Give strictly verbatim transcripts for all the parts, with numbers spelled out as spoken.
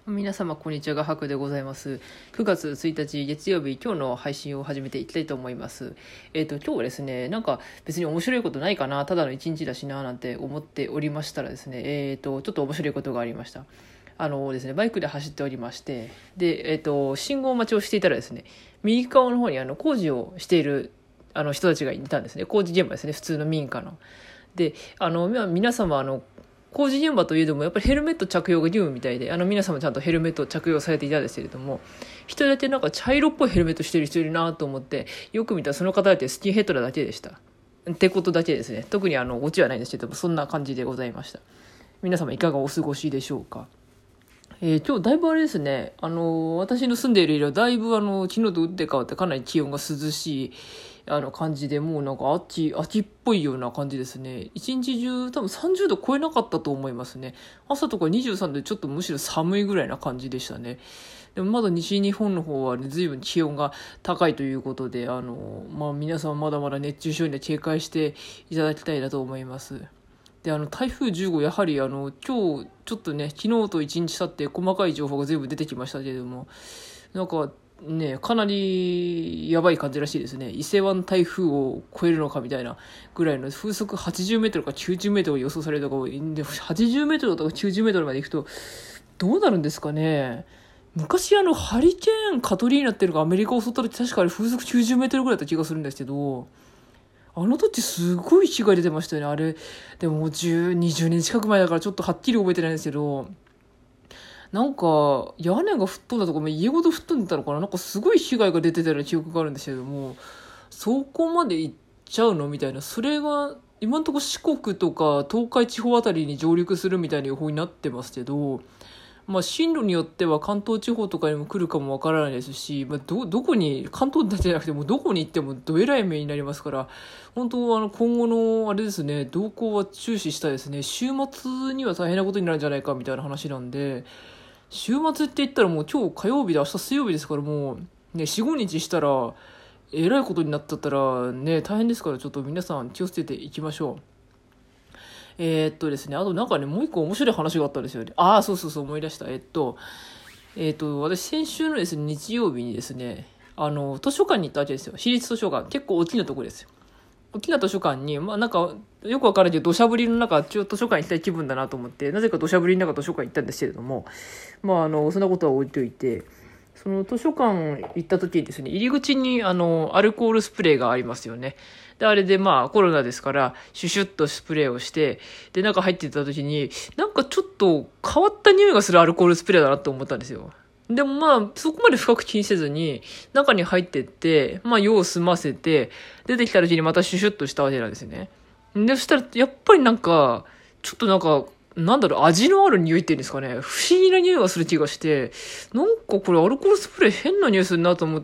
皆様こんにちは、がはくでございます。くがつついたち月曜日、今日の配信を始めていきたいと思います。えっ、と今日はですね、なんか別に面白いことないかな、ただの一日だしななんて思っておりましたらですね、えっ、とちょっと面白いことがありました。あのですね、バイクで走っておりまして、で、えっ、と信号待ちをしていたらですね、右側の方にあの工事をしているあの人たちがいたんですね。工事現場ですね、普通の民家の。で、あの皆様あの工事現場といえどもやっぱりヘルメット着用が義務みたいで、あの皆様ちゃんとヘルメット着用されていたんですけれども、一人だけなんか茶色っぽいヘルメットしてる人いるなと思って、よく見たらその方だけスキンヘッドだけでした。ってことだけですね。特にあのオチはないんですけども、そんな感じでございました。皆様いかがお過ごしでしょうか。えー、今日だいぶあれですね、あの私の住んでいるエリアはだいぶあの昨日と打って変わってかなり気温が涼しいあの感じで、もうなんか秋秋っぽいような感じですね。一日中多分さんじゅうど超えなかったと思いますね。朝とかにじゅうさんどでちょっとむしろ寒いぐらいな感じでしたね。でもまだ西日本の方はね、随分気温が高いということで、あのまあ皆さんまだまだ熱中症には警戒していただきたいなと思います。で、あの台風じゅうご、やはりあの今日ちょっとね、昨日といちにち経って細かい情報が全部出てきましたけれども、なんかね、かなりやばい感じらしいですね。伊勢湾台風を超えるのかみたいなぐらいの風速はちじゅうメートルかきゅうじゅうメートルが予想されるとか、はちじゅうメートルとかきゅうじゅうメートルまで行くとどうなるんですかね。昔あのハリケーンカトリーナっていうのがアメリカを襲った時、確かあれ風速きゅうじゅうメートルぐらいだった気がするんですけど、あの時すごい被害出てましたよね、あれ。でももうじゅう、にじゅうねん近く前だからちょっとはっきり覚えてないんですけど、なんか屋根が吹っ飛んだとか、家ごと吹っ飛んでたのかな、なんかすごい被害が出てたような記憶があるんですけども、そこまで行っちゃうのみたいな。それが今のところ四国とか東海地方あたりに上陸するみたいな予報になってますけど、まあ、進路によっては関東地方とかにも来るかもわからないですし、まあ、ど、どこに、関東だけじゃなくてもどこに行ってもどえらい目になりますから、本当あの今後のあれですね、動向は注視したいですね。週末には大変なことになるんじゃないかみたいな話なんで、週末って言ったらもう今日火曜日で明日水曜日ですから、もうね、よん、ごにちしたらえらいことになっちゃったらね、大変ですから、ちょっと皆さん気をつけていきましょう。えー、っとですね、あとなんかね、もう一個面白い話があったんですよね。ああ、そうそうそう、思い出した。えっと、えっと、私先週のですね、日曜日にですね、あの、図書館に行ったわけですよ。私立図書館。結構大きなところですよ。大きな図書館に、まあなんか、よくわからないけど、土砂降りの中、ちょっと図書館行きたい気分だなと思って、なぜか土砂降りの中図書館行ったんですけれども、まああの、そんなことは置いといて、その図書館行った時にですね、入り口にあの、アルコールスプレーがありますよね。で、あれでまあコロナですから、シュシュッとスプレーをして、で、中入ってた時に、なんかちょっと変わった匂いがするアルコールスプレーだなと思ったんですよ。でもまあ、そこまで深く気にせずに、中に入ってって、まあ、用を済ませて、出てきた時にまたシュシュッとしたわけなんですよね。で、そしたら、やっぱりなんか、ちょっとなんか、なんだろう、味のある匂いっていうんですかね。不思議な匂いがする気がして、なんかこれアルコールスプレー変な匂いするなと思って、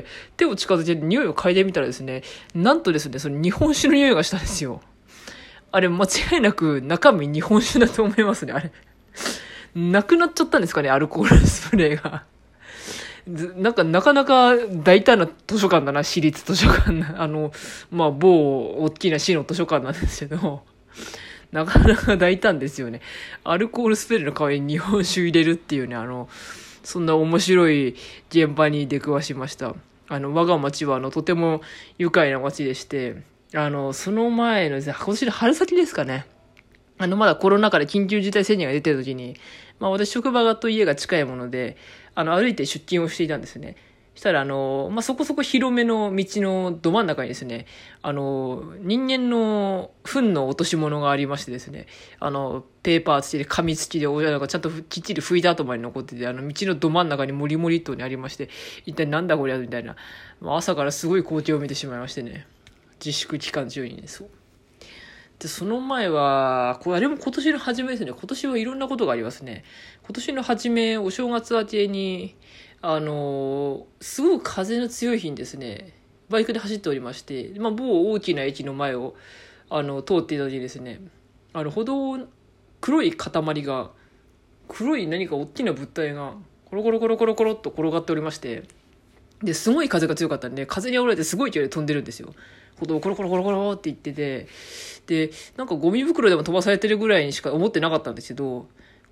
手を近づけて匂いを嗅いでみたらですね、なんとですね、その日本酒の匂いがしたんですよ。あれ、間違いなく中身日本酒だと思いますね、あれ。なくなっちゃったんですかね、アルコールスプレーが。なんか、なかなか大胆な図書館だな、私立図書館な。あの、まあ、某大きな市の図書館なんですけど、なかなか大胆ですよね。アルコールスプレーの代わりに日本酒入れるっていうね、あの、そんな面白い現場に出くわしました。あの、我が町は、あの、とても愉快な町でして、あの、その前のですね、今年の春先ですかね。あの、まだコロナ禍で緊急事態宣言が出てる時に、まあ私職場と家が近いもので、あの、歩いて出勤をしていたんですね。したら、あの、まあそこそこ広めの道のど真ん中にですね、あの、人間の糞の落とし物がありましてですね、あの、ペーパー付きで紙付きで、親がちゃんときっちり拭いた後まで残ってて、あの、道のど真ん中にモリモリっとにありまして、一体なんだこりゃみたいな、まあ、朝からすごい光景を見てしまいましてね、自粛期間中にね、そう。で、その前は、これあれも今年の初めですね。今年はいろんなことがありますね。今年の初め、お正月明けに、あのー、すごく風の強い日にですね、バイクで走っておりまして、まあ、某大きな駅の前を、あの、通っていた時にですね、あの、歩道、黒い塊が、黒い何か大きな物体が、コロコロコロコロコロっと転がっておりまして、で、すごい風が強かったんで、風に煽られてすごい勢いで飛んでるんですよ。歩道をコロコロコロコロって言ってて、で、なんかゴミ袋でも飛ばされてるぐらいにしか思ってなかったんですけど、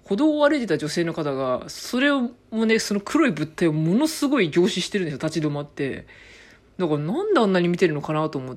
歩道を歩いてた女性の方が、それをもね、その黒い物体をものすごい凝視してるんですよ、立ち止まって。だからなんであんなに見てるのかなと思って、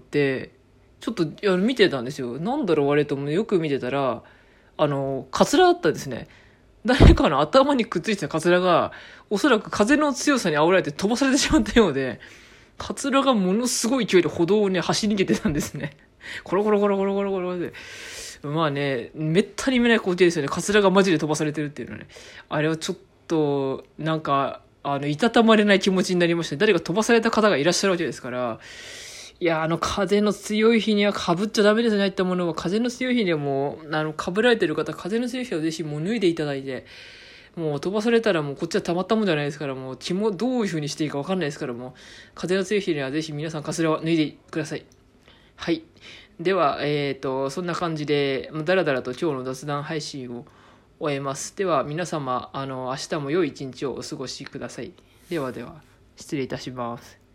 ちょっといや見てたんですよ。なんだろうあれと思って、よく見てたら、あの、カツラだったんですね。誰かの頭にくっついてたカツラが、おそらく風の強さに煽られて飛ばされてしまったようで、カツラがものすごい勢いで歩道をね、走り抜けてたんですね。コロコロコロコロコロコロで。まあね、めったに見ない光景ですよね。カツラがマジで飛ばされてるっていうのはね。あれはちょっと、なんか、あの、いたたまれない気持ちになりましたね。誰か飛ばされた方がいらっしゃるわけですから、いや、あの、風の強い日には被っちゃダメですね、ああいったものは。風の強い日にはもう、あの、被られてる方、風の強い日はぜひもう脱いでいただいて、もう飛ばされたらもうこっちはたまったもんじゃないですから、もう気もどういう風にしていいかわかんないですから、もう、風の強い日にはぜひ皆さんカツラを脱いでください。はい。では、えっと、そんな感じで、だらだらと今日の雑談配信を終えます。では、皆様、あの、明日も良い一日をお過ごしください。ではでは、失礼いたします。